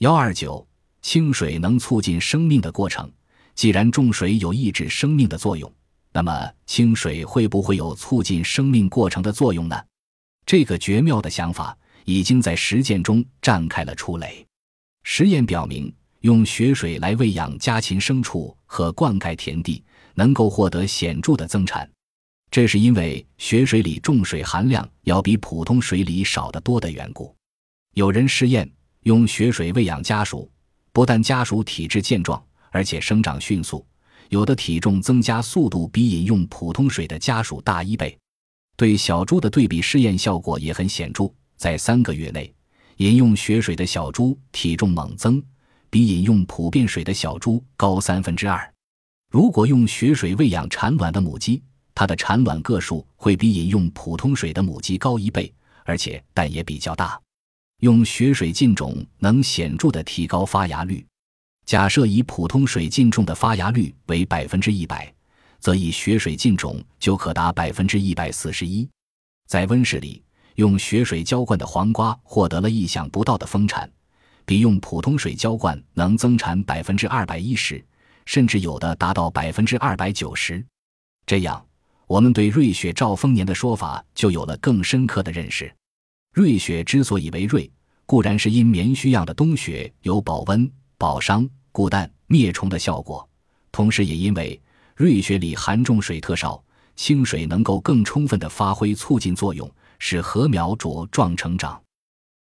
129清水能促进生命的过程，既然重水有抑制生命的作用，那么清水会不会有促进生命过程的作用呢？这个绝妙的想法已经在实践中绽开了初蕾。实验表明，用雪水来喂养家禽牲畜和灌溉田地，能够获得显著的增产。这是因为雪水里重水含量要比普通水里少得多的缘故。有人试验用雪水喂养家鼠，不但家鼠体质健壮，而且生长迅速，有的体重增加速度比饮用普通水的家鼠大1倍。对小猪的对比试验效果也很显著，在3个月内，饮用雪水的小猪体重猛增，比饮用普遍水的小猪高2/3。如果用雪水喂养产卵的母鸡，它的产卵个数会比饮用普通水的母鸡高1倍，而且蛋也比较大。用雪水浸种能显著地提高发芽率。假设以普通水浸种的发芽率为100%，则以雪水浸种就可达141%。在温室里，用雪水浇灌的黄瓜获得了意想不到的丰产，比用普通水浇灌能增产210%，甚至有的达到290%。这样，我们对瑞雪兆丰年的说法就有了更深刻的认识。瑞雪之所以为瑞，固然是因棉絮样的冬雪有保温、保墒、固氮、灭虫的效果，同时也因为瑞雪里含重水特少，清水能够更充分地发挥促进作用，使禾苗茁壮成长。